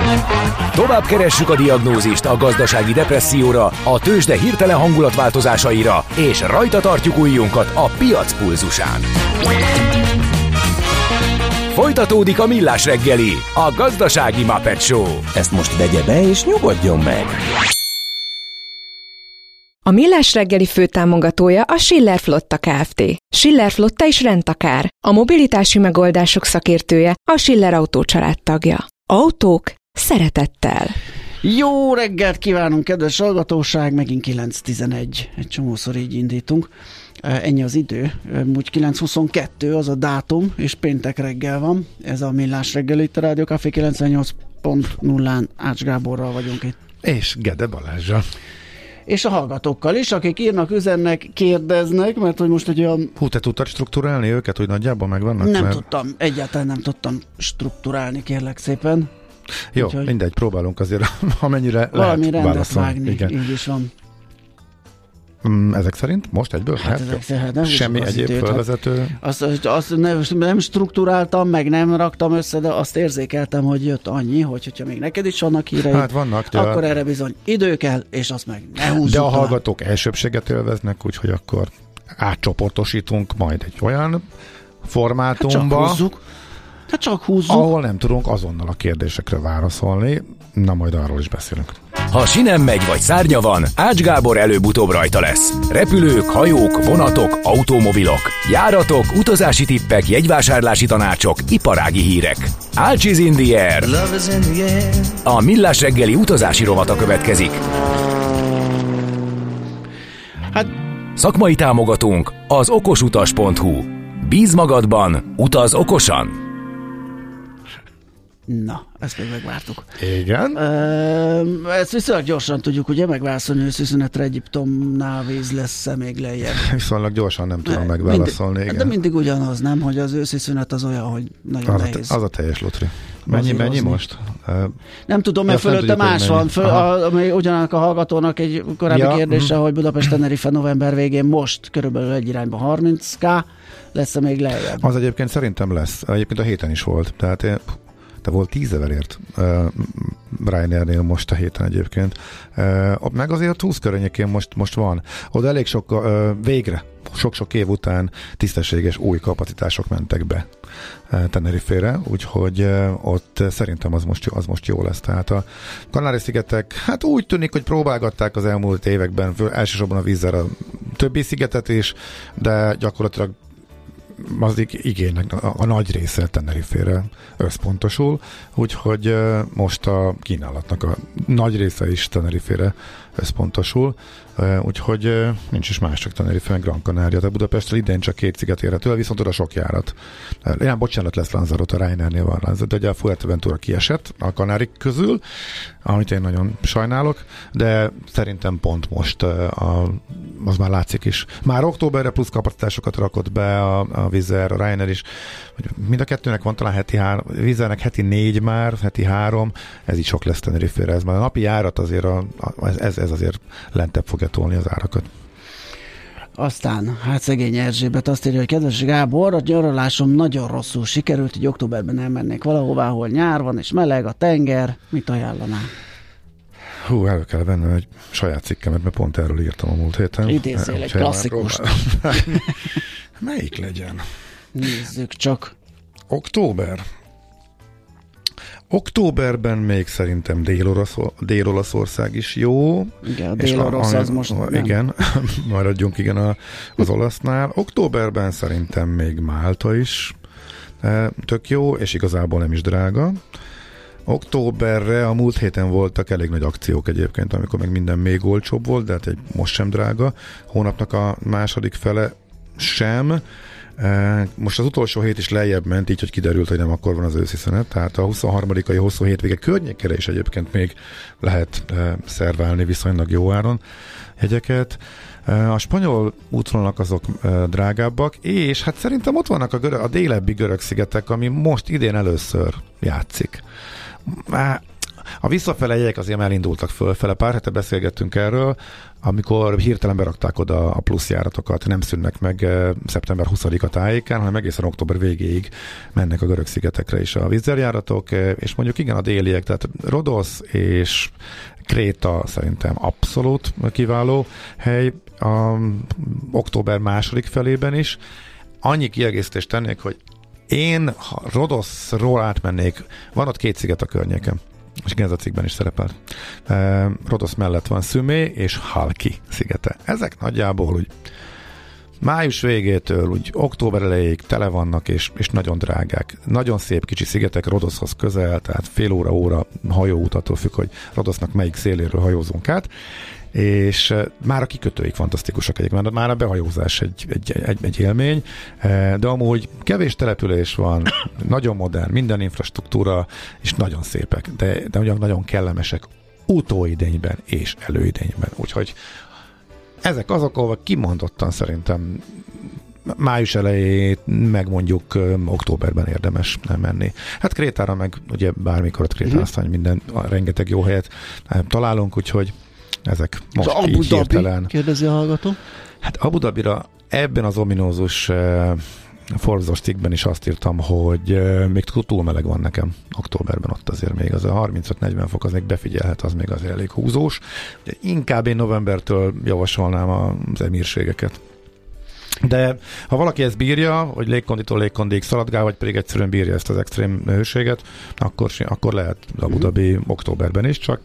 Tovább keressük a diagnózist a gazdasági depresszióra, a tőzsde hirtelen hangulatváltozásaira, és rajta tartjuk ujjunkat a piac pulzusán. Folytatódik a Millás reggeli, a gazdasági Muppet Show. Ezt most vegye be és nyugodjon meg! A Millás reggeli főtámogatója a Schiller Flotta Kft. Schiller Flotta is rendtakár. A mobilitási megoldások szakértője, a Schiller Autó család tagja. Autók szeretettel. Jó reggelt kívánunk, kedves hallgatóság, megint 9:11. Egy csomószor így indítunk. Ennyi az idő. Úgy 9:22 az a dátum, és péntek reggel van. Ez a Millás reggeli, itt a Rádió Café 98.0-án Ács Gáborral vagyunk itt. És Gede Balázsral. És a hallgatókkal is, akik írnak, üzennek, kérdeznek, mert hogy most egy olyan... Hú, te tudtad strukturálni őket, hogy nagyjából megvannak? Nem tudtam, egyáltalán nem tudtam strukturálni, kérlek szépen. Jó, úgyhogy mindegy, próbálunk azért, amennyire valami lehet válaszolni. vágni, így is van. Ezek szerint most egyből? Hát ezek szerint nem semmi egyéb felvezető? Azt nem strukturáltam, meg nem raktam össze, de azt érzékeltem, hogy jött annyi, hogyha még neked is vannak híreid, hát vannak, akkor erre bizony idő kell, és azt meg ne húzzuk. De a hallgatók elsőbséget élveznek, úgyhogy akkor átcsoportosítunk majd egy olyan formátumba, csak húzzuk. ahol nem tudunk azonnal a kérdésekre válaszolni. Na, majd arról is beszélünk. Ha sinem megy vagy szárnya van, Ács Gábor előbb-utóbb rajta lesz. Repülők, hajók, vonatok, automobilok, járatok, utazási tippek, jegyvásárlási tanácsok, iparági hírek. Ács is in the air. A Millás reggeli utazási rovata következik. Szakmai támogatónk az okosutas.hu. Bíz magadban, utaz okosan! Na, ezt még megvártuk. Igen. Ezt viszonylag gyorsan tudjuk, ugye, megválaszolni, hogy őszünetre Egyiptomnál víz lesz-e még lejjebb. Viszonylag gyorsan nem tudom megválaszolni. De mindig ugyanaz, nem, hogy az őszi szünet az olyan, hogy nagyon nehéz. Az a teljes lotri. Mennyi most? Nem tudom, mert fölötte más van. Ugyanak a hallgatónak egy korábbi kérdése, hogy Budapest-Tenerife november végén most körülbelül egy irányba 30k, lesz-e még lejjebb? Az egyébként szerintem lesz. Egyébként a héten is volt. Tehát volt 10 ért Ryanairnél most a héten egyébként. Meg azért 20 környékén most van. Oda elég sok, végre, sok-sok év után tisztességes új kapacitások mentek be Tenerife-re, úgyhogy ott szerintem az most jó lesz. Tehát a Kanári-szigetek, hát úgy tűnik, hogy próbálgatták az elmúlt években, elsősorban a vízzel a többi szigetet is, de gyakorlatilag az igénynek a nagy része Tenerife-re összpontosul, úgyhogy most a kínálatnak a nagy része is Tenerife-re összpontosul, úgyhogy nincs is más, csak Tenerife, meg Gran Canaria, de Budapestről idén csak 2 sziget érhető el, viszont oda sok járat. Bocsánat, lesz Lanzarote, a Ryanairnél van Lanzarote, de ugye a Fuerteventura kiesett a Kanárik közül, amit én nagyon sajnálok, de szerintem pont most az már látszik is. Már októberre plusz kapacitásokat rakott be a Wizz Air, a Ryanair is. Mind a kettőnek van talán Wizz Airnek heti 4 már, heti 3, ez így sok lesz Tenerife-re. Ez már a napi járat azért, ez azért lentebb fogja tolni az árakat. Aztán, hát szegény Erzsébet azt írja, hogy kedves Gábor, a nyaralásom nagyon rosszul sikerült, hogy októberben elmennék valahová, ahol nyár van, és meleg a tenger. Mit ajánlanál? Elő kell vennem egy saját cikkemet, mert pont erről írtam a múlt héten. Idézzél egy klasszikust. Melyik legyen? Nézzük csak. Októberben még szerintem Dél-Olaszország is jó. Igen, a Dél-Orosz az most nem. Igen, maradjunk az olasznál. Októberben szerintem még Málta is tök jó, és igazából nem is drága. Októberre a múlt héten voltak elég nagy akciók egyébként, amikor meg minden még olcsóbb volt, de hát most sem drága. Hónapnak a második fele sem. Most az utolsó hét is lejjebb ment, így, hogy kiderült, hogy nem akkor van az őszi szünet, tehát a 23-ai hosszú hétvége környékére is egyébként még lehet szerválni viszonylag jó áron jegyeket. A spanyol útvonalak azok drágábbak, és hát szerintem ott vannak a délebbi görög szigetek, ami most idén először játszik. A visszafele jegyek azért már elindultak fölfele. Pár hete beszélgettünk erről, amikor hirtelen berakták oda a plusz járatokat, nem szűnnek meg szeptember 20-a tájékán, hanem egészen október végéig mennek a görög szigetekre is a vízzeljáratok, és mondjuk igen a déliek, tehát Rodosz és Kréta szerintem abszolút kiváló hely október második felében is. Annyi kiegészítést tennék, hogy én, ha Rodoszról átmennék, van ott 2 sziget a környéken, és igen, ez a cikkben is szerepel. Rodosz mellett van Szümé és Halki szigete. Ezek nagyjából úgy május végétől úgy október elejéig tele vannak, és nagyon drágák. Nagyon szép kicsi szigetek, Rodoszhoz közel, tehát fél óra hajóút, attól függ, hogy Rodosznak melyik széléről hajózunk át, és már a kikötőik fantasztikusak egyébként, már a behajózás egy élmény, de amúgy kevés település van, nagyon modern, minden infrastruktúra, és nagyon szépek, de ugyan nagyon kellemesek utóidényben és előidényben, úgyhogy ezek azok, ahol kimondottan szerintem május elejét, meg mondjuk októberben érdemes menni. Hát Krétára meg ugye bármikor ott Krétán aztán minden, rengeteg jó helyet találunk, úgyhogy ezek most Abu így hirtelen. Kérdezi a hallgató. Hát Abu Dhabira ebben az ominózus Forbes-os cikkben is azt írtam, hogy még túl meleg van nekem októberben, ott azért még az a 35-40 fok az még befigyelhet, az még azért elég húzós. De inkább én novembertől javasolnám az emírségeket. De ha valaki ezt bírja, hogy légkonditól légkondig szaladgál, vagy pedig egyszerűen bírja ezt az extrém hőséget, akkor lehet Abu Dhabi októberben is, csak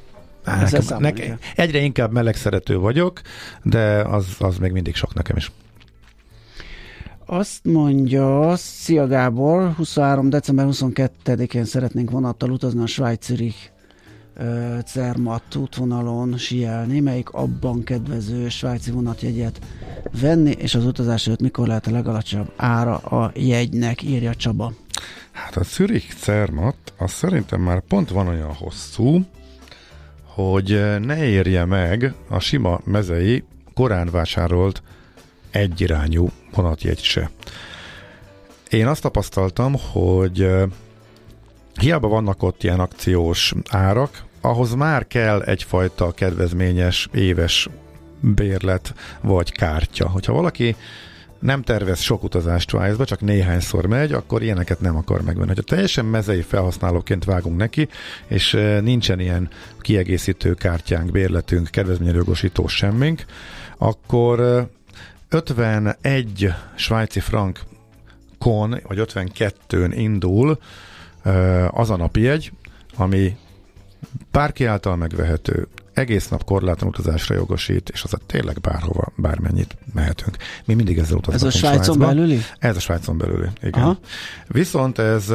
egyre inkább melegszerető vagyok, de az még mindig sok nekem is. Azt mondja, szia Gábor, 23. december 22-én szeretnénk vonattal utazni a Svájc-Zürich Zermatt útvonalon síelni, melyik abban kedvező svájci vonatjegyet venni, és az utazás előtt mikor lehet a legalacsonyabb ára a jegynek, írja Csaba. Hát a Zürich Zermatt, az szerintem már pont van olyan hosszú, hogy ne érje meg a sima mezei, korán vásárolt egyirányú vonatjegy se. Én azt tapasztaltam, hogy hiába vannak ott ilyen akciós árak, ahhoz már kell egyfajta kedvezményes éves bérlet vagy kártya. Hogyha valaki nem tervez sok utazást Svájcba, csak néhányszor megy, akkor ilyeneket nem akar megvenni. Ha teljesen mezei felhasználóként vágunk neki, és nincsen ilyen kiegészítő kártyánk, bérletünk, kedvezményjogosító semmink, akkor 51 svájci frankon, vagy 52-n indul az a napijegy, ami bárki által megvehető, egész nap korlátlan utazásra jogosít, és az tényleg bárhova, bármennyit mehetünk. Mi mindig ezzel utazunk. Ez a Svájcon belüli? Ez a Svájcon belüli, igen. Aha. Viszont ez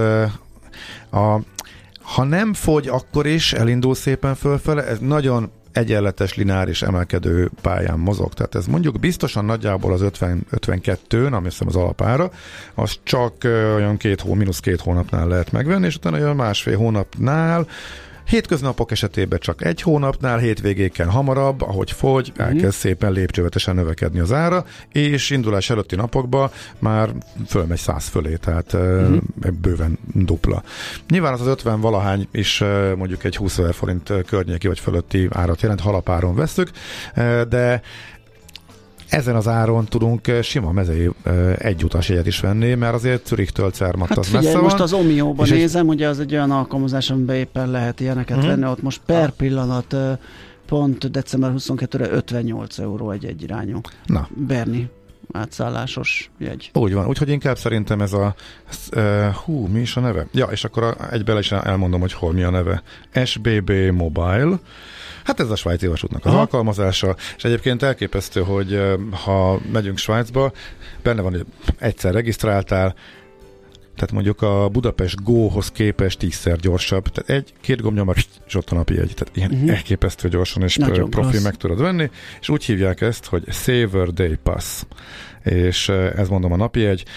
ha nem fogy, akkor is elindul szépen fölfele, ez nagyon egyenletes, lineáris emelkedő pályán mozog. Tehát ez mondjuk biztosan nagyjából az 50-52-n, ami hiszem az alapára, az csak olyan mínusz 2 hónapnál lehet megvenni, és utána olyan másfél hónapnál, hétköznapok esetében csak 1 hónapnál, hétvégéken hamarabb, ahogy fogy, elkezd szépen lépcsővetesen növekedni az ára, és indulás előtti napokban már fölmegy 100 fölé, tehát bőven dupla. Nyilván az 50 valahány is mondjuk egy 20 000 forint környéki vagy fölötti árat jelent, halapáron vesszük, de ezen az áron tudunk sima mezei egyutas jegyet is venni, mert azért Zürichtől Zermatt az messze van. Most az Omnióban nézem, ugye az egy olyan alkalmazás, amiben éppen lehet ilyeneket venni, ott most per pillanat pont december 22-re 58 euró egy egyirányú. Na. Berni átszállásos jegy. Úgy van, úgyhogy inkább szerintem ez mi is a neve? Ja, és akkor egyben is elmondom, hogy hol mi a neve. SBB Mobile. Hát ez a svájci vasútnak az alkalmazása, és egyébként elképesztő, hogy ha megyünk Svájcba, benne van, hogy egyszer regisztráltál, tehát mondjuk a Budapest Go-hoz képest 10-szer gyorsabb, tehát 1-2 gombnyomar, és ott a napi jegy, tehát ilyen elképesztő gyorsan és profi meg tudod venni, és úgy hívják ezt, hogy Saver Day Pass, és ez mondom a napi jegy,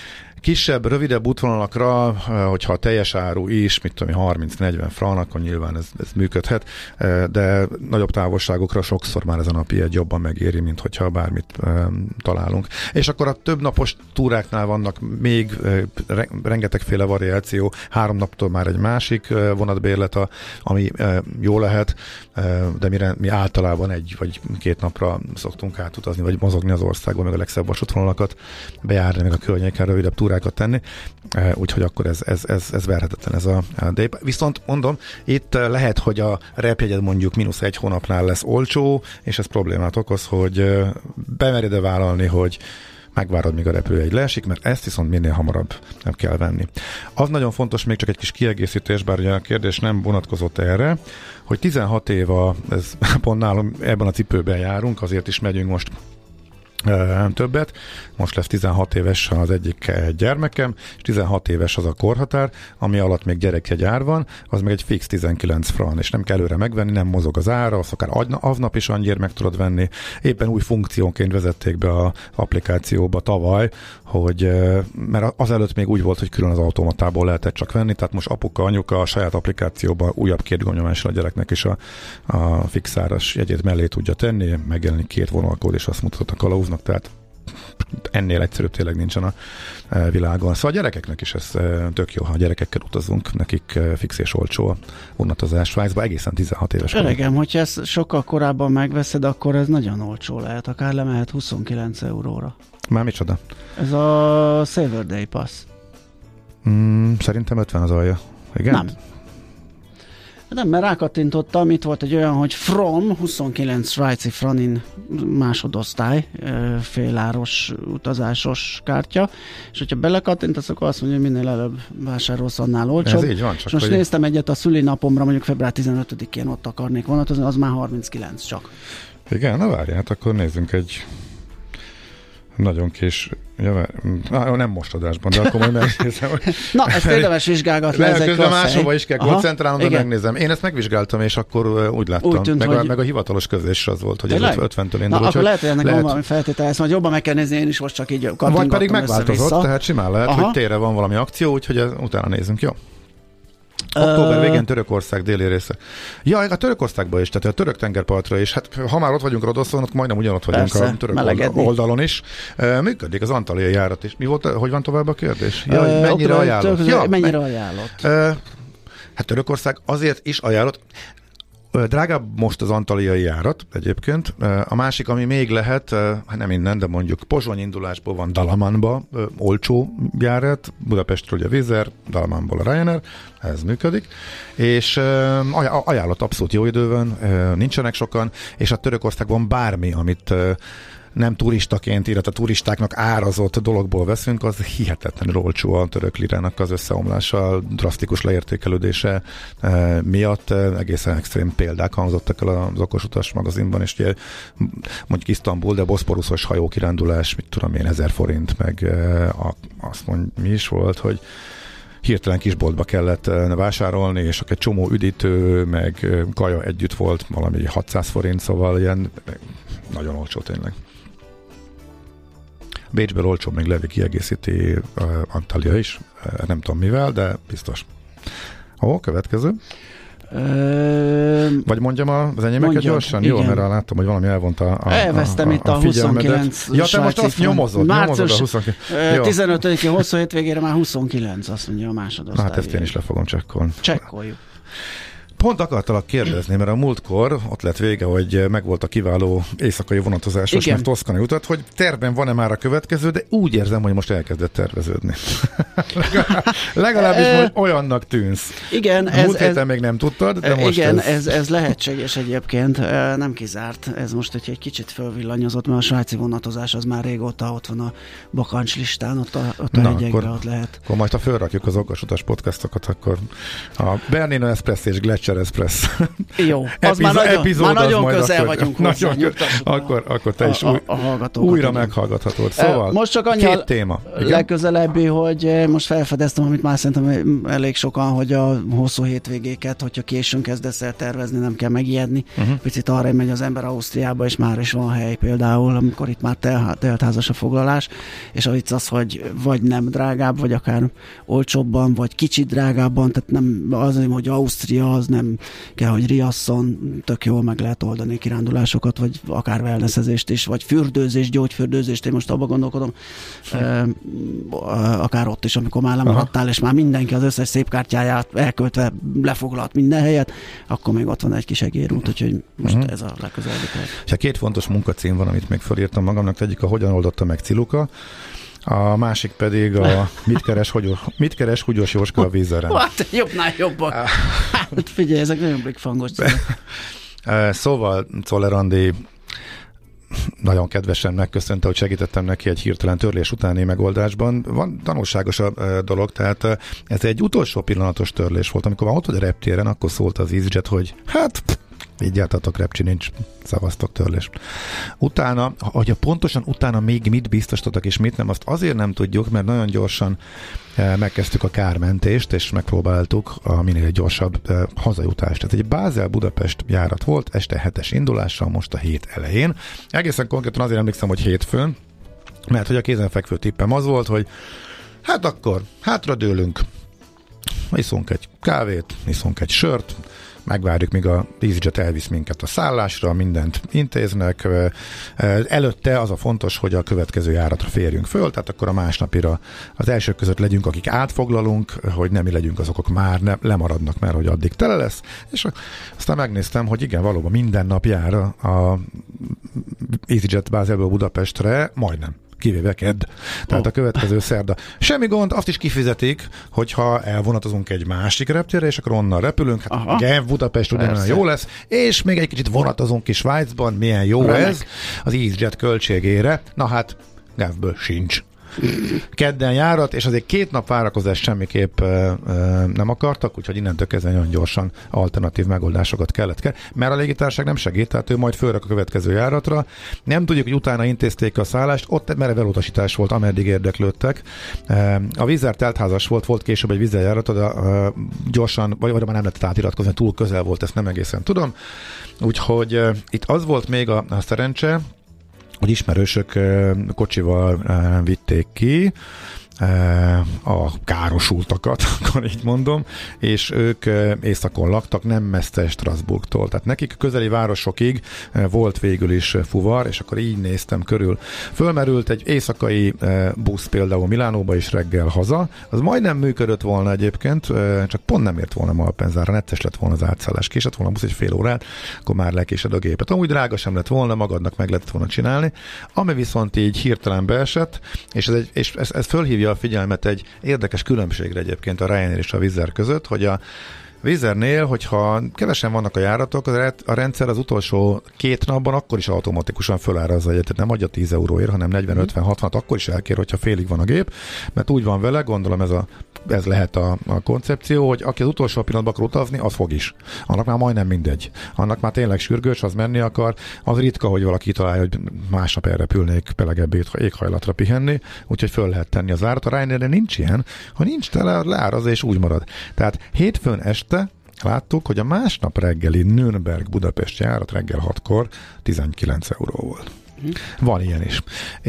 Kisebb, rövidebb útvonalakra, hogyha a teljes áru is, 30-40 frank, akkor nyilván ez működhet, de nagyobb távolságokra sokszor már ez a napi egy jobban megéri, mint hogyha bármit találunk. És akkor a több napos túráknál vannak még rengetegféle variáció, 3 naptól már egy másik vonatbérlet, ami jó lehet, de mi általában 1 vagy 2 napra szoktunk átutazni, vagy mozogni az országban, meg a legszebb vasútvonalakat bejárni, meg a környéken rövidebb túrákat tenni, úgyhogy akkor ez verhetetlen ez a dép. Viszont mondom, itt lehet, hogy a repjegyed mondjuk -1 hónapnál lesz olcsó, és ez problémát okoz, hogy bemered-e vállalni, hogy megvárod, míg a repülőjegy leesik, mert ezt viszont minél hamarabb nem kell venni. Az nagyon fontos, még csak egy kis kiegészítés, bár ugye a kérdés nem vonatkozott erre, hogy 16 év ez pont nálunk ebben a cipőben járunk, azért is megyünk most többet. Most lesz 16 éves az egyik gyermekem, és 16 éves az a korhatár, ami alatt még gyerekjegy ár van, az meg egy fix 19 frank, és nem kell előre megvenni, nem mozog az ára, azt akár aznap is annyiért meg tudod venni. Éppen új funkciónként vezették be az applikációba tavaly, hogy mert azelőtt még úgy volt, hogy külön az automatából lehetett csak venni, tehát most apuka, anyuka a saját applikációban újabb 2 gomnyomással a gyereknek is a fixáras jegyét mellé tudja tenni, megjelenik 2 vonalkód, és azt mutatod a kalauznak, tehát ennél egyszerűbb tényleg nincsen a világon. Szóval a gyerekeknek is ez tök jó, ha a gyerekekkel utazunk, nekik fix és olcsó a vonatozás Svájcba, egészen 16 éves. Öregem, hogyha ezt sokkal korábban megveszed, akkor ez nagyon olcsó lehet, akár lemehet 29 euróra. Már micsoda? Ez a Saver Day Pass. Szerintem 50 az alja. Igen? Nem, mert rákattintottam, itt volt egy olyan, hogy From 29 svájci franin másodosztály, féláros utazásos kártya, és hogyha belekattintasz, akkor azt mondja, hogy minél előbb vásárolsz, annál olcsóbb. Ez így van, csak most néztem egyet a szülinapomra, mondjuk február 15-én ott akarnék vonatozni, az már 39 csak. Igen, na várját, akkor nézzünk egy nagyon kis, nem most adásban, de akkor majd megnézem. Na, ezt érdemes vizsgálgatni. Közben máshova is kell koncentrálnom, de megnézem. Én ezt megvizsgáltam, és akkor úgy láttam. Úgy tűnt, meg a hivatalos közés az volt, hogy ez 50-től indul. Na, akkor lehet, hogy ennek van valami feltétel, ezt majd jobban meg kell nézni, én is most csak így kattingattam. Vagy pedig megváltozott, tehát simán lehet, hogy térre van valami akció, úgyhogy utána nézzünk, jó? Október végén Törökország déli része. Ja, a Törökországban is, tehát a török tengerpartra is. Hát ha már ott vagyunk Rodoszon, ott majdnem ugyanott vagyunk. Persze, a török oldalon is. Működik az Antalya járat is. Mi volt, hogy van tovább a kérdés? Ja, mennyire ajánlott? Mennyire ajánlott? Hát Törökország azért is ajánlott. Drágább most az antalyai járat egyébként. A másik, ami még lehet, nem innen, de mondjuk Pozsony indulásból van Dalamanba olcsó járat, Budapestről ugye Wizz Air, Dalamanból a Ryanair, ez működik, és ajánlott abszolút jó időben, nincsenek sokan, és a Törökországban bármi, amit nem turistaként, illetve a turistáknak árazott dologból veszünk, az hihetetlenül olcsó a török lirának az összeomlása, drasztikus leértékelődése miatt. Egészen extrém példák hangzottak el az Okosutas magazinban, és ugye mondjuk Isztambul, de boszporuszos hajókirándulás, mit tudom én, 1000 forint, meg azt mondja, mi is volt, hogy hirtelen kisboltba kellett vásárolni, és egy csomó üdítő, meg kaja együtt volt, valami 600 forint, szóval ilyen nagyon olcsó tényleg. Bécsből olcsó, még Levi kiegészíti Antalya is, nem tudom mivel, de biztos. Következő. Vagy mondjam az enyémeket gyorsan? Igen. Jó, mert láttam, hogy valami elvonta elvesztem itt a 29 ja, te most azt nyomozod a 29. 15-én hosszú hétvégére már 29, azt mondja a másodosztály. Hát ezt én is le fogom csekkolni. Csekkoljuk. Pont akartalak kérdezni, mert a múltkor ott lett vége, hogy megvolt a kiváló éjszakai vonatozásos, meg toszkani utat, hogy tervben van-e már a következő, de úgy érzem, hogy most elkezdett terveződni. Legalábbis most olyannak tűnsz. Igen, múlt héten még nem tudtad, de most igen, ez lehetséges egyébként, nem kizárt. Ez most egy kicsit fölvillanyozott, mert a svájci vonatozás az már régóta ott van a bakancs listán, ott a hegyekben ott lehet. Akkor majd ha fölrakjuk az Okosutas podcastokat, akkor a Bernina Express és Gletscher Schiller Express. Jó, az már nagyon közel vagyunk hozzá, akkor te is újra meghallgathatod. Szóval most csak annyi két téma. Legközelebbi, hogy most felfedeztem, amit már szerintem elég sokan, hogy a hosszú hétvégéket, hogyha későn kezdesz el tervezni, nem kell megijedni. Picit arra megy az ember Ausztriába, és már is van hely például, amikor itt már teltházas a foglalás, és a vicc az, hogy vagy nem drágább, vagy akár olcsóbban, vagy kicsit drágábban, tehát nem az, hogy Ausztria, az nem kell, hogy riasszon, tök jól meg lehet oldani kirándulásokat, vagy akár wellnessezést is, vagy fürdőzést, gyógyfürdőzést, én most abba gondolkodom, akár ott is, amikor már lemaradtál, és már mindenki az összes szép kártyáját elköltve lefoglalt minden helyet, akkor még ott van egy kis egérút, úgyhogy most ez a legközelebbi. És két fontos munkacím van, amit még felírtam magamnak, egyik a hogyan oldotta meg Ciluka, a másik pedig a mit keres Húgyos Jóska a vízeren. Hát jobbnál jobbak. Hát figyelj, ezek nagyon blikfangos címek. Szóval Czoller Andi nagyon kedvesen megköszönte, hogy segítettem neki egy hirtelen törlés utáni megoldásban. Van tanulságos a dolog, tehát ez egy utolsó pillanatos törlés volt. Amikor már ott vagy a reptéren, akkor szólt az EasyJet, hogy hát így jártatok, repcsi nincs, szavaztok, törlés. Utána, hogy pontosan utána még mit biztosítottak és mit nem, azt azért nem tudjuk, mert nagyon gyorsan megkezdtük a kármentést, és megpróbáltuk a minél gyorsabb hazajutást. Ez egy Bázel-Budapest járat volt, este 7-es indulással, most a hét elején. Egészen konkrétan azért emlékszem, hogy hétfőn, mert hogy a kézenfekvő tippem az volt, hogy hát akkor hátradőlünk, iszunk egy kávét, iszunk egy sört, megvárjuk, míg a EasyJet elvisz minket a szállásra, mindent intéznek. Előtte az a fontos, hogy a következő járatra férjünk föl, tehát akkor a másnapira az elsők között legyünk, akik átfoglalunk, hogy nem mi legyünk azok, akik már lemaradnak, mert hogy addig tele lesz. És aztán megnéztem, hogy igen, valóban minden nap jár a EasyJet Bázelből Budapestre, majdnem. Kivéve kedd. Tehát a következő szerda. Semmi gond, azt is kifizetik, hogyha elvonatozunk egy másik reptérre, és akkor onnan repülünk. Hát Genf, Budapest ugyanolyan jó lesz, és még egy kicsit vonatozunk ki Svájcban, milyen jó ez az EasyJet költségére. Na hát, Genfből sincs. Kedden járat, és azért 2 nap várakozás semmiképp nem akartak, úgyhogy innentől kezdve nagyon gyorsan alternatív megoldásokat kellett, mert a légitársaság nem segít, tehát ő majd fölrak a következő járatra. Nem tudjuk, hogy utána intézték a szállást, ott merev elutasítás volt, ameddig érdeklődtek. A Wizz Air teltházas volt később egy Wizz Air járata, de gyorsan, vagy már nem lehetett átiratkozni, túl közel volt, ezt nem egészen tudom. Úgyhogy itt az volt még a szerencse, hogy ismerősök kocsival vitték ki a károsultakat, akkor így mondom, és ők északon laktak, nem messze Strasbourgtól. Tehát nekik közeli városokig volt végül is fuvar, és akkor így néztem körül. Fölmerült egy éjszakai busz például Milánóba is reggel haza, az majdnem működött volna egyébként, csak pont nem ért volna Malpensára, netes lett volna az átszállás, késett volna a busz egy fél órát, akkor már lekésed a gépet. Amúgy drága sem lett volna, magadnak meg lehetett volna csinálni, ami viszont így hirtelen beesett, és ez fölhívja a figyelmet egy érdekes különbségre egyébként a Ryanair és a Wizz Air között, hogy a Wizz Airnél, hogyha kevesen vannak a járatok, a rendszer az utolsó 2 napban akkor is automatikusan fölárazza egyet, tehát nem adja 10 euróért, hanem 40-50-60, akkor is elkér, hogyha félig van a gép, mert úgy van vele, gondolom ez lehet a koncepció, hogy aki az utolsó pillanatban akar utazni, az fog is. Annak már majdnem mindegy. Annak már tényleg sürgős, az menni akar. Az ritka, hogy valaki találja, hogy másnap elrepülnék pelegebb éghajlatra pihenni, úgyhogy föl lehet tenni az árat. A Ryanairre nincs ilyen, ha nincs tele, leárazza és úgy marad. Tehát hétfőn este láttuk, hogy a másnap reggeli Nürnberg-Budapest járat reggel 6-kor 19 euró volt. Van ilyen is.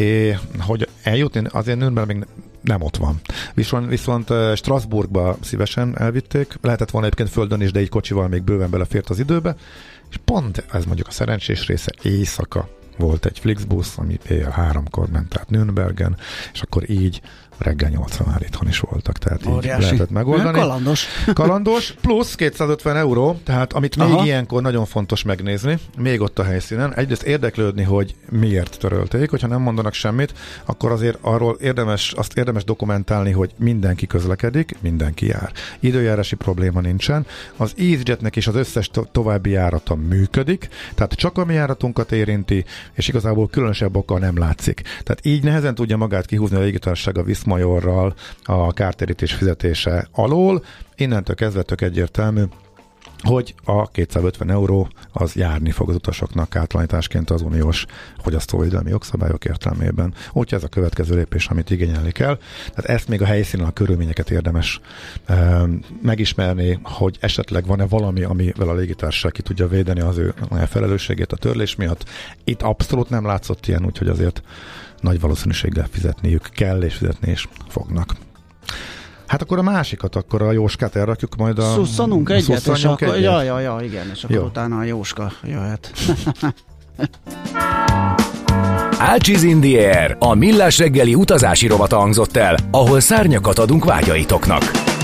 Hogy eljutni, azért Nürnberg még nem ott van. Viszont Strasbourgba szívesen elvitték, lehetett volna egyébként földön is, de így kocsival még bőven belefért az időbe, és pont ez mondjuk a szerencsés része, éjszaka volt egy Flixbusz, ami éjjel 3-kor ment át Nürnbergen, és akkor így reggel 8-ra már itthon is voltak, tehát óriási. Így lehetett megoldani. Kalandos, plusz 250 euró, tehát amit még ilyenkor nagyon fontos megnézni, még ott a helyszínen. Egyrészt érdeklődni, hogy miért törölték, hogyha nem mondanak semmit, akkor azért arról érdemes dokumentálni, hogy mindenki közlekedik, mindenki jár. Időjárási probléma nincsen. Az EasyJetnek és az összes további járata működik, tehát csak a mi járatunkat érinti, és igazából különösebb oka nem látszik. Tehát így nehezen tudja magát kihúzni a légitársaság a Viszmajorral a kártérítés fizetése alól. Innentől kezdve tök egyértelmű, hogy a 250 euró az járni fog az utasoknak átalanyításként az uniós fogyasztóvédelmi jogszabályok értelmében. Úgyhogy ez a következő lépés, amit igényelni kell. Tehát ezt még a helyszínen a körülményeket érdemes megismerni, hogy esetleg van-e valami, amivel a légitársaság ki tudja védeni az ő felelősségét a törlés miatt. Itt abszolút nem látszott ilyen, úgyhogy azért nagy valószínűséggel fizetniük kell, és fizetni is fognak. Hát akkor a másikat, akkor a Jóskát elrakjuk majd a... Szusszanunk egyet, és akkor... Ja, igen, és akkor jó. Utána a Jóska jöhet. Ácsiz in the Air, a millás reggeli utazási rovata hangzott el, ahol szárnyakat adunk vágyaitoknak.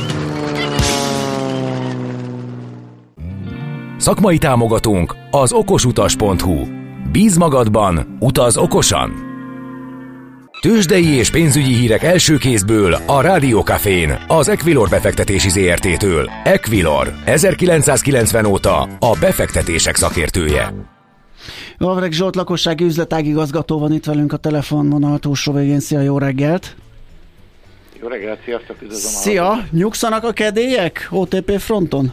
Szakmai támogatónk az okosutas.hu. Bíz magadban, utaz okosan! Tőzsdei és pénzügyi hírek első kézből a Rádió Cafén, az Equilor befektetési ZRT-től. Equilor, 1990 óta a befektetések szakértője. Vavreg Zsolt lakossági üzletágigazgató van itt velünk a telefonvonal túlsó végén. Szia, jó reggelt! Jó reggelt, sziasztok, üdvözlöm! Szia! Nyugszanak a kedélyek OTP fronton?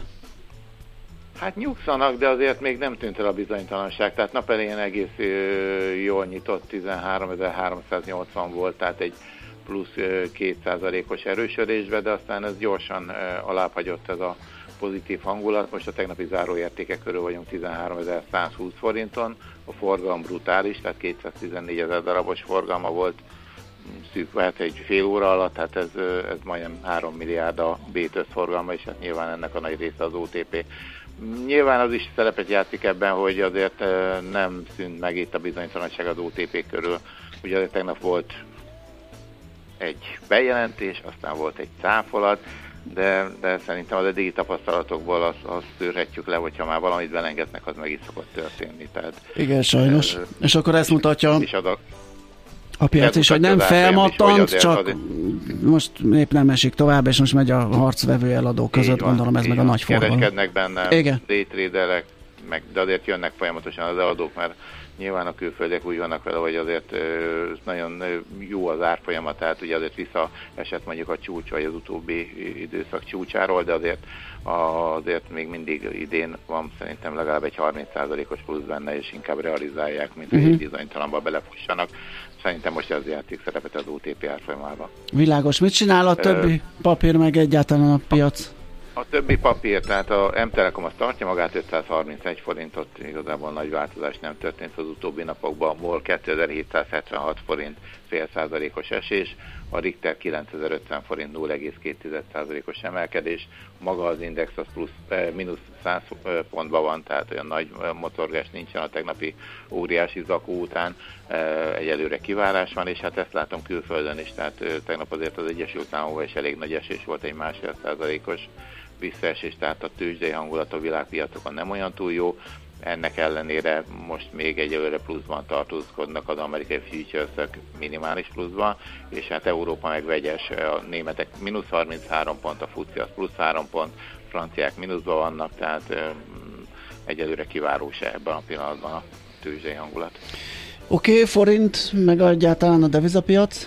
Hát nyugszanak, de azért még nem tűnt el a bizonytalanság, tehát nap elején egész jól nyitott, 13.380 volt, tehát egy plusz 2%-os erősödésbe, de aztán ez gyorsan alábbhagyott ez a pozitív hangulat. Most a tegnapi záróértékek körül vagyunk 13.120 forinton, a forgalom brutális, tehát 214 000 darabos forgalma volt szűk, hát egy fél óra alatt, tehát ez majdnem 3 milliárd a B-TÖSZ forgalma, és hát nyilván ennek a nagy része az OTP. Nyilván az is szerepet játszik ebben, hogy azért nem szűnt meg itt a bizonytalanság az OTP körül. Ugye azért tegnap volt egy bejelentés, aztán volt egy cáfolat, de szerintem az eddigi tapasztalatokból azt szűrhetjük le, hogyha már valamit belengednek, az meg is szokott történni. Tehát, igen, sajnos. És akkor ezt mutatja a piac is, hogy nem felmattant, csak most épp nem esik tovább, és most megy a harcvevő eladó között, van, gondolom ez meg a nagy forgalom. Kereskednek benne, daytraderek, de azért jönnek folyamatosan az eladók, mert nyilván a külföldiek úgy vannak vele, hogy azért nagyon jó az árfolyama, tehát ugye azért visszaesett mondjuk a csúcs, vagy az utóbbi időszak csúcsáról, de azért még mindig idén van szerintem legalább egy 30%-os plusz benne, és inkább realizálják, mint hogy egy bizonytalanba belefussanak. Szerintem most ez játszik szerepet az OTP árfolyamában. Világos. Mit csinál a többi papír, meg egyáltalán a piac? A többi papír, tehát a M-Telekom az tartja magát 531 forintot, igazából nagy változás nem történt az utóbbi napokban, a MOL 2776 forint, fél százalékos esés, a Richter 9050 forint, 0,2%-os emelkedés, maga az index az mínusz 100 pontban van, tehát olyan nagy motorgás nincsen a tegnapi óriási zakó után, egyelőre kivárás van, és hát ezt látom külföldön is, tehát tegnap azért az Egyesült Államokban is elég nagy esés volt, egy 1,5%-os visszaesés, tehát a tőzsdei hangulat a világpiacokon nem olyan túl jó, ennek ellenére most még egyelőre pluszban tartózkodnak az amerikai futures-ök minimális pluszban, és hát Európa meg vegyes, a németek mínusz 33 pont, a FTSE az plusz 3 pont, franciák mínuszban vannak, tehát egyelőre kiváró se ebben a pillanatban a tőzsdei hangulat. Oké, forint, meg egyáltalán a devizapiac?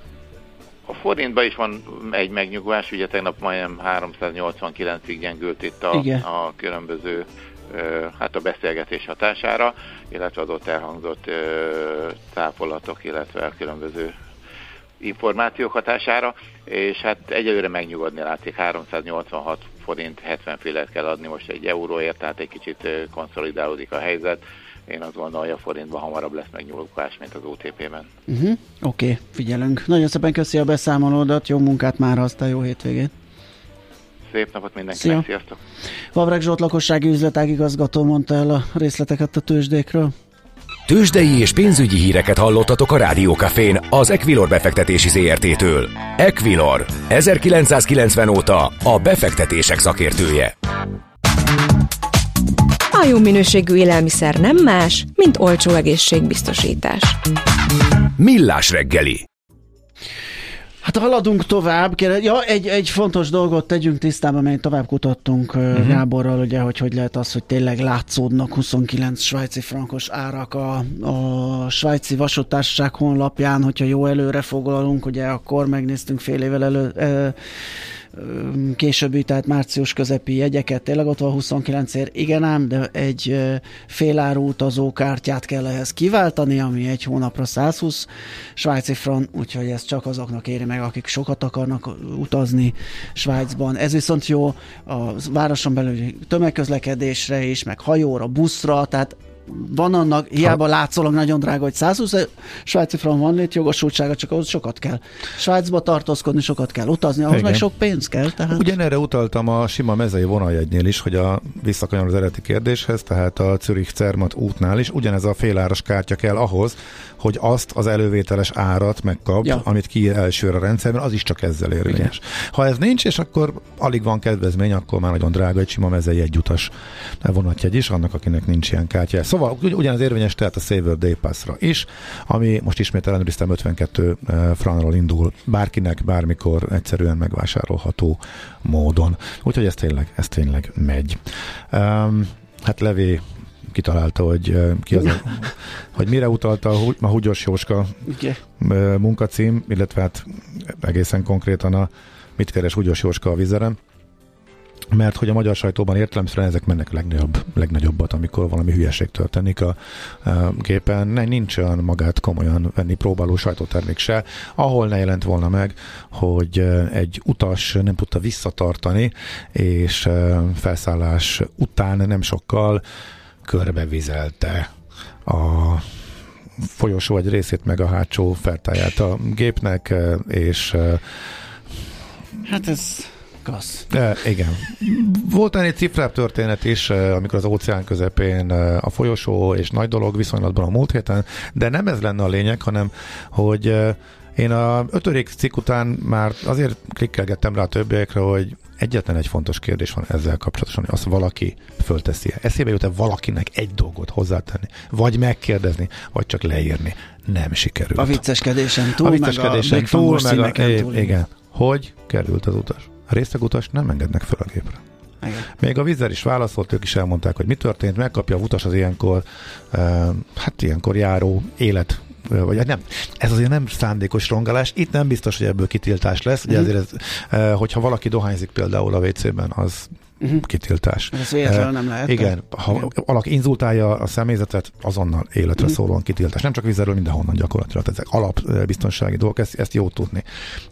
A forintban is van egy megnyugvás, ugye tegnap majdnem 389-ig gyengült itt a különböző hát a beszélgetés hatására, illetve az ott elhangzott cáfolatok, illetve a különböző információk hatására, és hát egyelőre megnyugodni látszik, 386 forint 70 fillet kell adni most egy euróért, tehát egy kicsit konszolidálódik a helyzet. Én azt gondolom, hogy a forintban hamarabb lesz megnyugodás, mint az OTP-ben. Oké, figyelünk. Nagyon szépen köszi a beszámolódat, jó munkát már, aztán jó hétvégét. Szép napot mindenkinek, sziasztok! Vavreg Zsolt lakossági üzletágigazgató mondta el a részleteket a tőzsdékről. Tőzsdei és pénzügyi híreket hallottatok a Rádió Cafén az Equilor befektetési ZRT-től. Equilor, 1990 óta a befektetések szakértője. A jó minőségű élelmiszer nem más, mint olcsó egészségbiztosítás. Millás reggeli. Hát haladunk tovább. Egy fontos dolgot tegyünk tisztába, mert tovább kutattunk Gáborral, ugye, hogy lehet az, hogy tényleg látszódnak 29 svájci frankos árak a svájci vasúttársaság honlapján, hogyha jó előre foglalunk, ugye akkor megnéztünk fél évvel későbbi, tehát március közepi jegyeket, tényleg ott van 29-ért, igen ám, de egy féláru utazókártyát kell ehhez kiváltani, ami egy hónapra 120 svájci frank, úgyhogy ez csak azoknak éri meg, akik sokat akarnak utazni Svájcban. Ez viszont jó a városon belüli tömegközlekedésre is, meg hajóra, buszra, tehát van annak, hiába látszólag nagyon drága, hogy 120 svájci frank van létjogosultsága, csak ahhoz sokat kell Svájcba tartózkodni, sokat kell utazni, ahhoz meg sok pénz kell. Tehát... Ugyanerre utaltam a sima mezei vonaljegynél is, hogy visszakanyar az eredeti kérdéshez, tehát a Zürich-Zermatt útnál is ugyanez a féláras kártya kell ahhoz, hogy azt az elővételes árat megkap, amit kiír elsőre a rendszerben, az is csak ezzel érvényes. Ha ez nincs, és akkor alig van kedvezmény, akkor már nagyon drága egy sima mezei egyutas vonatjegy is, annak, akinek nincs ilyen kártya. Szóval ugyanaz érvényes tehát a Saver Day Pass-ra is, ami most ismét ellenőriztem 52 frankról indul bárkinek, bármikor egyszerűen megvásárolható módon. Úgyhogy ez tényleg megy. Hát Levé kitalálta, hogy ki az hogy mire utalta a Húgyos Jóska munkacím, illetve hát egészen konkrétan a mit keres Húgyos Jóska a Vizeren, mert hogy a magyar sajtóban értelemszerűen ezek mennek legnagyobbat, amikor valami hülyeség történik a gépen. Nincs olyan magát komolyan venni próbáló sajtótermék se, ahol ne jelent volna meg, hogy egy utas nem tudta visszatartani, és felszállás után nem sokkal körbevizelte a folyosó egy részét, meg a hátsó feltáját a gépnek, és hát ez klassz. Igen. Volt egy cifrább történet is, amikor az óceán közepén a folyosó, és nagy dolog viszonylatban a múlt héten, de nem ez lenne a lényeg, hanem, hogy én a 5. cikk után már azért klikkelgettem rá a többiekre, hogy egyetlen egy fontos kérdés van ezzel kapcsolatosan, hogy azt valaki fölteszi. Eszébe jut-e valakinek egy dolgot hozzátenni, vagy megkérdezni, vagy csak leírni. Nem sikerült. A vicceskedésen túl, meg a színeken túl. Igen. Hogy került az utas? A részlegutas nem engednek fel a gépre. Igen. Még a Wizz Air is válaszolt, ők is elmondták, hogy mi történt, megkapja a utas az ilyenkor, ilyenkor járó élet, vagy nem, ez azért nem szándékos rongálás, itt nem biztos, hogy ebből kitiltás lesz, ugye ezért hogyha valaki dohányzik például a WC-ben, az kitiltás. Ez véletlenül nem lehet. Igen, ha valaki inzultálja a személyzetet, azonnal életre szólóan kitiltás. Nem csak Wizz Airről, mindenhonnan gyakorlatilag. Ezek alapbiztonsági dolgok, ezt jó tudni.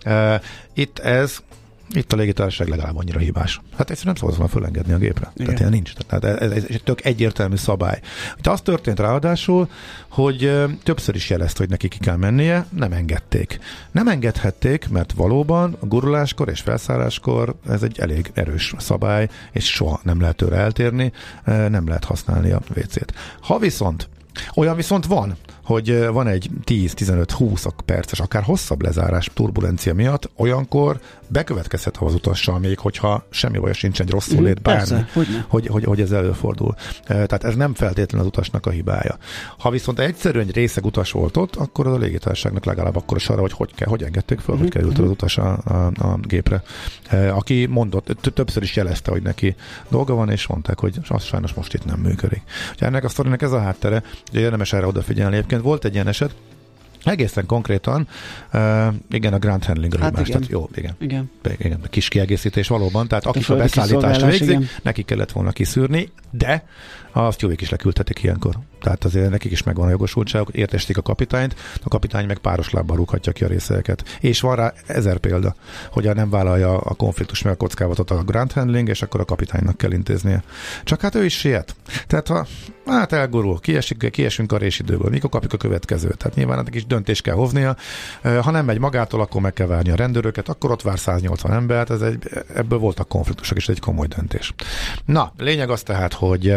Itt a légitársaság legalább annyira hibás. Hát egyszerűen nem szabad fölengedni a gépre. Igen. Tehát ilyen nincs. Tehát ez egy tök egyértelmű szabály. Itt az történt ráadásul, hogy többször is jelezte, hogy neki ki kell mennie, nem engedték. Nem engedhették, mert valóban a guruláskor és felszálláskor ez egy elég erős szabály, és soha nem lehet tőle eltérni, nem lehet használni a WC-t. Ha viszont olyan viszont van, hogy van egy 10-15-20 perces, akár hosszabb lezárás turbulencia miatt, olyankor bekövetkezhet az utassal, még hogyha semmi baja sincs, egy rosszul lét, bármi, hogy ez előfordul. Tehát ez nem feltétlenül az utasnak a hibája. Ha viszont egyszerűen egy részeg utas volt ott, akkor az a légitársaságnak legalább akkor is arra, hogy engedték fel, hogy került az utas a gépre. Aki mondott, többször is jelezte, hogy neki dolga van, és mondták, hogy az sajnos most itt nem működik. Ugye ennek a sztorinak ez a háttere, hogy érdemes erre odafigyelni. Egyébként volt egy ilyen eset, egészen konkrétan, igen, a ground handlingről hibás. Igen. Jó, igen. Kis kiegészítés valóban, tehát akik a beszállítást végzik, nekik kellett volna kiszűrni, de azt jóvék is leküldhetik ilyenkor. Tehát azért nekik is megvan a jogosultságuk, értesítik a kapitányt, a kapitány meg páros lábbal rúghatja ki a részeket. És van rá 1000 példa, hogy nem vállalja a konfliktus meg a kockázatot a ground handling, és akkor a kapitánynak kell intéznie. Csak hát ő is siet. Tehát ha elgurul, kiesünk a résidőből, mikor kapjuk a következőt. Tehát nyilván ennek is döntést kell hoznia. Ha nem megy magától, akkor meg kell várni a rendőröket, akkor ott vár 180 embert, ebből voltak konfliktusok, és egy komoly döntés. Na, lényeg az tehát, hogy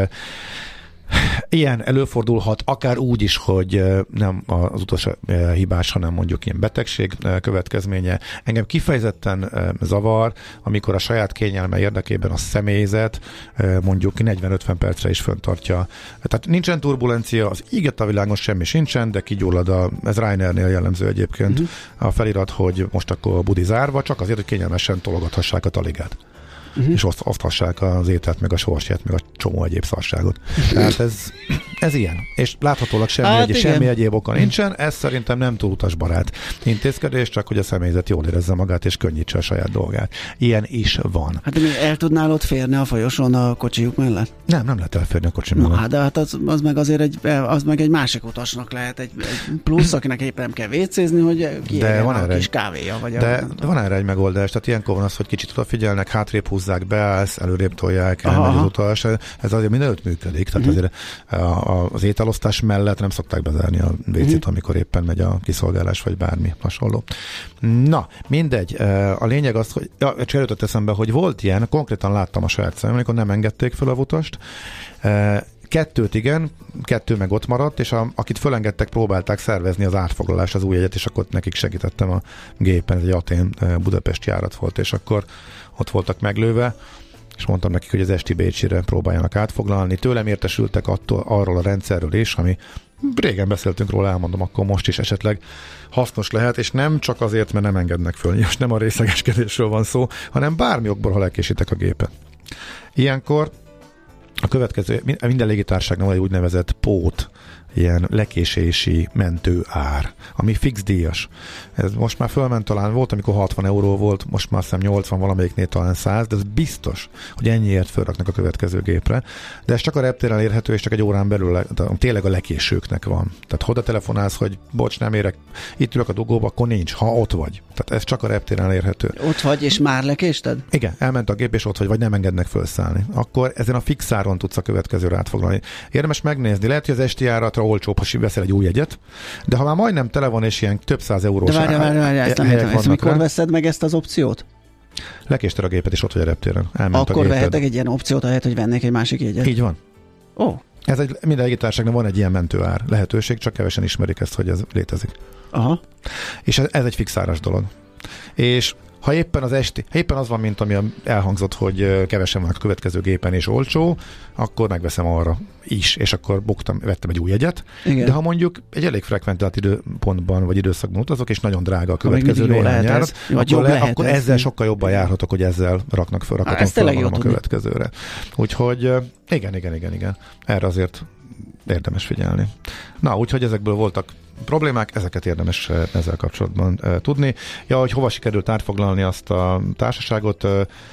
ilyen előfordulhat, akár úgy is, hogy nem az utas hibás, hanem mondjuk ilyen betegség következménye. Engem kifejezetten zavar, amikor a saját kényelme érdekében a személyzet mondjuk 40-50 percre is fenntartja. Tehát nincsen turbulencia, az íget a világon semmi sincsen, de kigyullad ez Ryanairnél jellemző egyébként a felirat, hogy most akkor budi zárva, csak azért, hogy kényelmesen tologathassák a taligát. És oszthassák az ételt, meg a sorsját, meg a csomó egyéb szarságot. Tehát Ez ilyen. És láthatólag semmi egyéb oka nincsen. Ez szerintem nem túl utasbarát intézkedés, csak hogy a személyzet jól érezze magát, és könnyítse a saját dolgát. Ilyen is van. Hát el tudnál ott férni a folyosón a kocsijuk mellett? Nem lehet elférni a kocsi mellett. Hát, de hát az meg azért egy másik utasnak lehet egy plusz, akinek éppen nem kell vécézni, hogy kiérjen a kis kávéja. Vagy de van erre egy megoldás. Tehát ilyenkor van az, hogy kicsit odafigyelnek, hátrébb húzzák, beállsz, előrébb tolják, elmegy az utas. Ez azért mindenütt működik. Tehát azért az ételosztás mellett nem szokták bezárni a WC-t, amikor éppen megy a kiszolgálás, vagy bármi hasonló. Na, mindegy. A lényeg az, hogy cseréltett eszembe, hogy volt ilyen, konkrétan láttam a saját szemem, amikor nem engedték fel a utast. 2 igen, 2 meg ott maradt, és akit fölengedtek, próbálták szervezni az átfoglalás, az új jegyet, és akkor nekik segítettem a gépen, ez egy Atén-Budapest járat volt, és akkor ott voltak meglőve, és mondtam nekik, hogy az esti Bécsire próbáljanak átfoglalni. Tőlem értesültek arról a rendszerről is, ami régen beszéltünk róla, elmondom akkor most is esetleg hasznos lehet, és nem csak azért, mert nem engednek föl. Most nem a részlegeskedésről van szó, hanem bármi okból, ha lekésítek a gépet. Ilyenkor a következő, minden légitársaságnak van egy úgynevezett pót, ilyen lekésési mentő ár, ami fix díjas. Ez most már fölment, talán volt, amikor 60 euró volt, most már szem 80, valamelyiknél talán 100, de ez biztos, hogy ennyiért fölraknak a következő gépre. De ez csak a reptéren érhető, és csak egy órán belül tényleg a lekésőknek van. Tehát ha oda telefonálsz, hogy bocs, nem érek, itt ülök a dugóba, akkor nincs, ha ott vagy. Tehát ez csak a reptéren érhető. Ott vagy, és már lekésted? Igen, elment a gép, és ott vagy nem engednek felszállni. Akkor ezen a fix áron tudsz a következőre átfoglalni. Érdemes megnézni, lehet, hogy az esti járatra olcsóbb, ha veszel egy új jegyet, de ha már majdnem tele van, és ilyen több száz eurós ezt mikor veszed meg ezt az opciót? Lekésted a gépet, és ott vagy a reptéren. Akkor vehetek egy ilyen opciót, ahelyett, hogy vennék egy másik jegyet? Így van. Ó. Ez minden légitársaságnak van egy ilyen mentőár lehetőség, csak kevesen ismerik ezt, hogy ez létezik. Aha. És ez egy fixáras dolog. És ha éppen az van, mint ami elhangzott, hogy kevesen vannak a következő gépen és olcsó, akkor megveszem arra is, és akkor vettem egy új jegyet. Igen. De ha mondjuk egy elég frekventált időpontban vagy időszakban utazok, és nagyon drága a következő járat, akkor ezzel sokkal jobban járhatok, hogy ezzel rakhatom fel a következőre. Úgyhogy igen. Erre azért érdemes figyelni. Na, úgyhogy ezekből voltak problémák, ezeket érdemes ezzel kapcsolatban tudni. Ja, hogy hova sikerült átfoglalni azt a társaságot,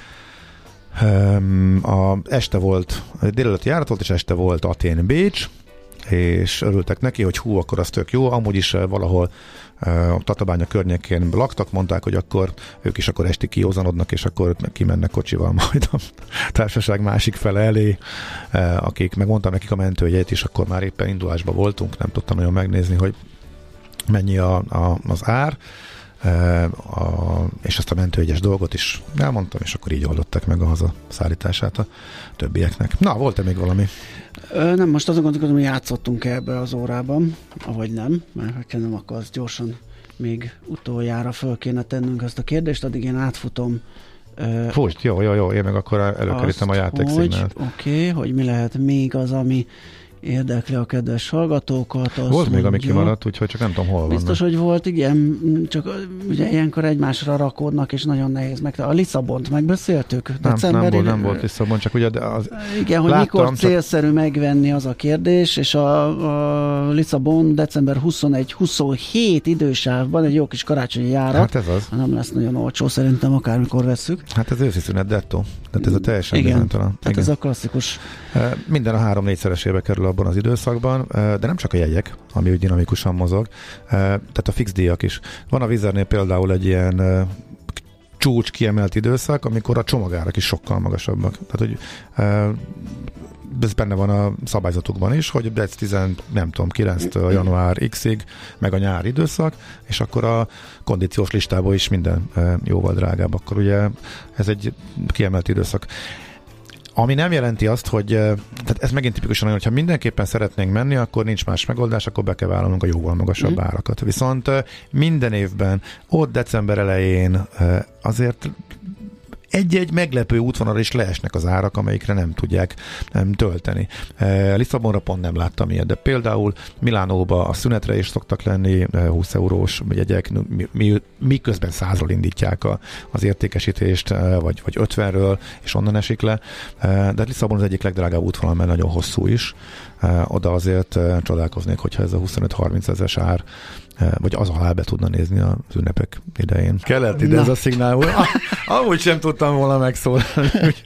este volt, délelőtti járat volt, és este volt Atén-Bécs, és örültek neki, hogy akkor az tök jó, amúgy is valahol Tatabánya környékén laktak, mondták, hogy akkor ők is akkor esti kiózanodnak, és akkor kimennek kocsival majd a társaság másik fele elé, akik megmondtam nekik a mentőjegyet, és akkor már éppen indulásban voltunk, nem tudtam nagyon megnézni, hogy mennyi az ár, és ezt a mentőjegyes dolgot is elmondtam, és akkor így oldották meg a hazaszállítását a többieknek. Na, volt-e még valami? Nem, most azon gondolkodom, hogy játszottunk ebbe az órában, avagy nem, mert ha nem, akkor az gyorsan még utoljára föl kéne tennünk ezt a kérdést, addig én átfutom. Fújt, jó, én meg akkor előkerítem a játékszignát. Oké, hogy mi lehet még az, ami érdekli a kedves hallgatókat. Volt még, ami kimaradt, úgyhogy csak nem tudom, hol van. Biztos, hogy volt, igen, csak ugye ilyenkor egymásra rakódnak, és nagyon nehéz meg. A Lisszabont megbeszéltük? Nem volt Lisszabon, csak ugye igen, hogy mikor célszerű megvenni, az a kérdés, és a Lisszabon december 21-27 idősávban egy jó kis karácsonyi járat. Hát ez az. Nem lesz nagyon olcsó, szerintem akármikor vesszük. Hát ez őszi szünet dettó. Tehát ez a teljesen bizonytalan. Hát ez a klasszikus. Minden a 3-4-szeresébe kerül abban az időszakban, de nem csak a jegyek, ami úgy dinamikusan mozog, tehát a fix díjak is. Van a Vizernél például egy ilyen csúcs kiemelt időszak, amikor a csomagárak is sokkal magasabbak. Tehát, hogy ez benne van a szabályzatukban is, hogy ez 9-től január X-ig, meg a nyári időszak, és akkor a kondíciós listában is minden jóval drágább. Akkor ugye ez egy kiemelt időszak. Ami nem jelenti azt, hogy tehát ez megint tipikusan olyan, hogyha mindenképpen szeretnénk menni, akkor nincs más megoldás, akkor be kell vállalnunk a jóval magasabb árakat. Viszont minden évben, ott december elején azért egy-egy meglepő útvonalra is leesnek az árak, amelyikre nem tudják tölteni. Lisszabonra pont nem láttam ilyet, de például Milánóba a szünetre is szoktak lenni 20 eurós jegyek, miközben 100-ról indítják az értékesítést, vagy 50-ről, és onnan esik le. De Lisszabon az egyik legdrágább útvonal, mert nagyon hosszú is. Oda azért csodálkoznék, hogyha ez a 25-30 ezeres ár, vagy az alá be tudna nézni az ünnepek idején. Kellett ide ez a szignál, amúgy sem tudtam volna megszólalni.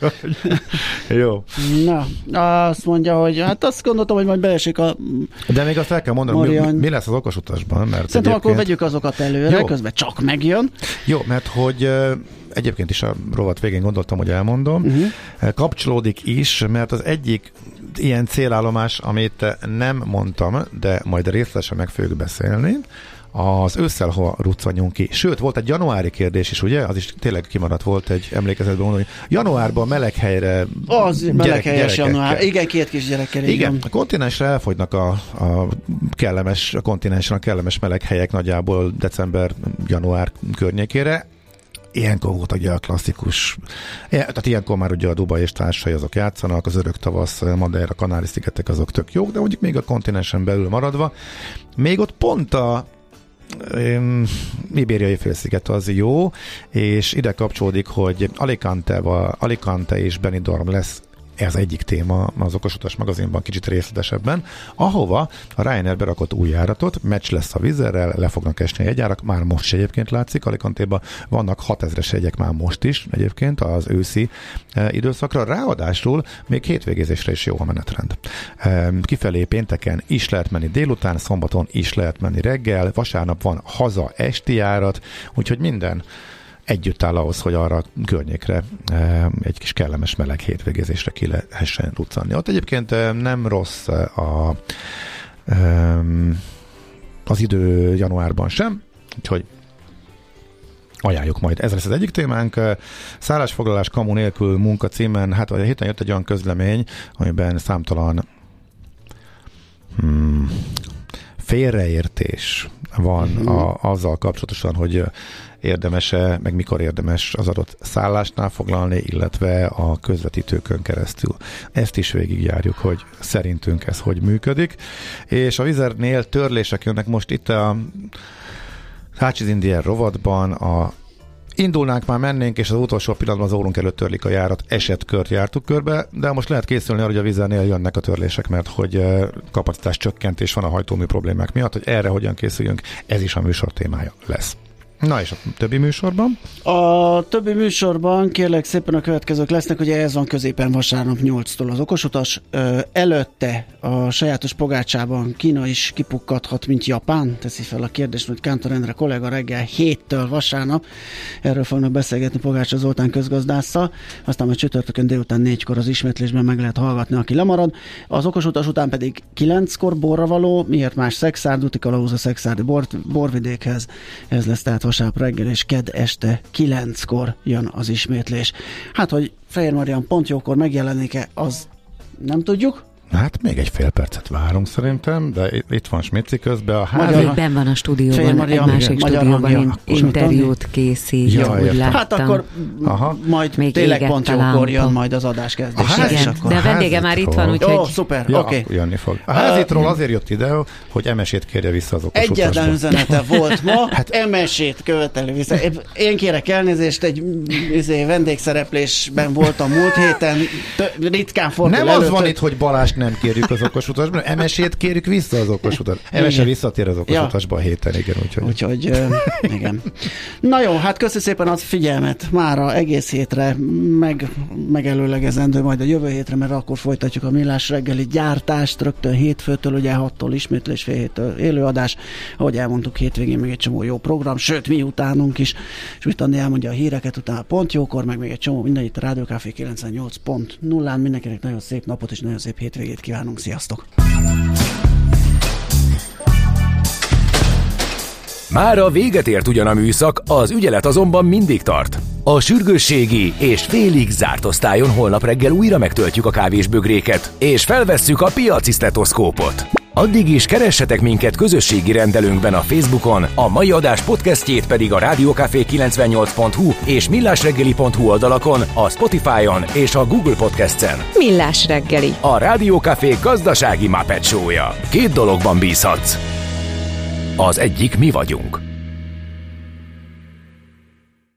Jó. Na, azt mondja, hogy hát azt gondoltam, hogy majd beesik a... De még azt el kell mondanom, mi lesz az okosutasban? Mert szerintem akkor vegyük azokat előre, közben csak megjön. Jó, mert hogy egyébként is a rovat végén gondoltam, hogy elmondom. Kapcsolódik is, mert az egyik ilyen célállomás, amit nem mondtam, de majd részletesen meg fogjuk beszélni, az ősszel ha ruccanjunk ki. Sőt, volt egy januári kérdés is, ugye? Az is tényleg kimaradt volt egy emlékezetben mondani, hogy januárban meleg helyre az meleghelyes január. Igen, 2 kisgyerekkel. Igen, a kontinensre elfogynak a kontinensen a kellemes meleg helyek nagyjából december-január környékére. Ilyenkor volt ugye a klasszikus, tehát ilyenkor már ugye a Dubaj és társai azok játszanak, az örök tavasz, Madeira, Kanári-szigetek azok tök jók, de mondjuk még a kontinensen belül maradva, még ott pont a Ibériai félsziget az jó, és ide kapcsolódik, hogy Alicante és Benidorm lesz ez egyik téma az Okosutas magazinban kicsit részletesebben, ahova a Ryanair berakott új járatot, meccs lesz a Wizzairrel, le fognak esni a jegyárak, már most egyébként látszik, Alicante-ban vannak 6000-es jegyek már most is egyébként az őszi időszakra, ráadásul még hétvégézésre is jó a menetrend. Kifelé pénteken is lehet menni délután, szombaton is lehet menni reggel, vasárnap van haza esti járat, úgyhogy minden együtt áll ahhoz, hogy arra környékre egy kis kellemes meleg hétvégézésre ki lehessen ruccanni. Ott egyébként nem rossz az idő januárban sem, úgyhogy ajánljuk majd. Ez lesz az egyik témánk. Szállásfoglalás kamu nélkül munka címen, hát a héten jött egy olyan közlemény, amiben számtalan félreértés van azzal kapcsolatosan, hogy érdemes-e, meg mikor érdemes az adott szállásnál foglalni, illetve a közvetítőkön keresztül. Ezt is végigjárjuk, hogy szerintünk ez hogy működik. És a Wizzairnél törlések jönnek most itt a Hácsiz Indier rovatban, indulnánk, már mennénk, és az utolsó pillanatban az órunk előtt törlik a járat, esetkört jártuk körbe, de most lehet készülni arra, hogy a Wizzairnél jönnek a törlések, mert hogy kapacitás csökkentés van a hajtómű problémák miatt, hogy erre hogyan készüljünk, ez is a műsor témája lesz. Na és a többi műsorban? A többi műsorban kérlek szépen a következők lesznek, ugye ez van középen vasárnap 8-tól az Okosutas. Előtte a sajátos pogácsában Kína is kipukkadhat, mint Japán. Teszi fel a kérdést, hogy Kántor Endre kollega reggel 7-től vasárnap. Erről fognak beszélgetni Pogácsa Zoltán közgazdásszal. Aztán majd csütörtökön délután 4-kor az ismétlésben meg lehet hallgatni, aki lemarad. Az Okosutas után pedig 9-kor borravaló, miért más Szexárd, úti kalauz a szexárdi borvidékhez. Ez lesz tehát vasárnap reggel, és kedd este 9-kor jön az ismétlés. Hát, hogy Fejér Marian pont jókor megjelenik-e, az nem tudjuk. Hát még egy fél percet várunk szerintem, de itt van Smici közben. A házi... Vagy benn van a stúdióban, egy másik stúdióban interjút készít, úgy láttam. Hát akkor majd még tényleg pont jókor jön majd az adás kezdésre. De a vendége már itt van, úgyhogy... Ó, szuper, oké. Jönni fog. A házitról azért jött ide, hogy MS-ét kérje vissza az Okosutasba. Egyetlen üzenete volt ma, MS-ét követeli vissza. Én kérek elnézést, egy vendégszereplésben voltam múlt héten, ritkán fordul nem az van itt, hogy Balázs nem kérjük az Okosutasban, MS-ét kérjük vissza az Okosutasba. MS-e visszatér az Okosutasba a héten, igen. Úgyhogy igen. Na jó, hát köszi szépen a figyelmet mára egész hétre, megelőlegezendő majd a jövő hétre, mert akkor folytatjuk a Millás reggeli gyártást, rögtön hétfőtől, ugye 6-tól ismétlés, fél héttől élőadás, ahogy elmondtuk, hétvégén még egy csomó jó program, sőt mi utánunk is, és mit Andi elmondja a híreket, utána pont jókor, meg még egy csomó minden itt a Rádió Café 98.0-án. Mindenkinek nagyon szép napot és nagyon szép hétvégét kívánunk, sziasztok! Mára véget ért ugyan a műszak, az ügyelet azonban mindig tart. A sürgősségi és félig zárt osztályon holnap reggel újra megtöltjük a kávésbögréket, és felvesszük a piaci sztetoszkópot. Addig is keressetek minket közösségi rendelőnkben a Facebookon, a mai adás podcastjét pedig a rádiókafé98.hu és millásreggeli.hu oldalakon, a Spotify-on és a Google Podcast-en. Millás reggeli. A Rádiókafé gazdasági Muppet Show-ja. 2 dologban bízhatsz. Az egyik mi vagyunk.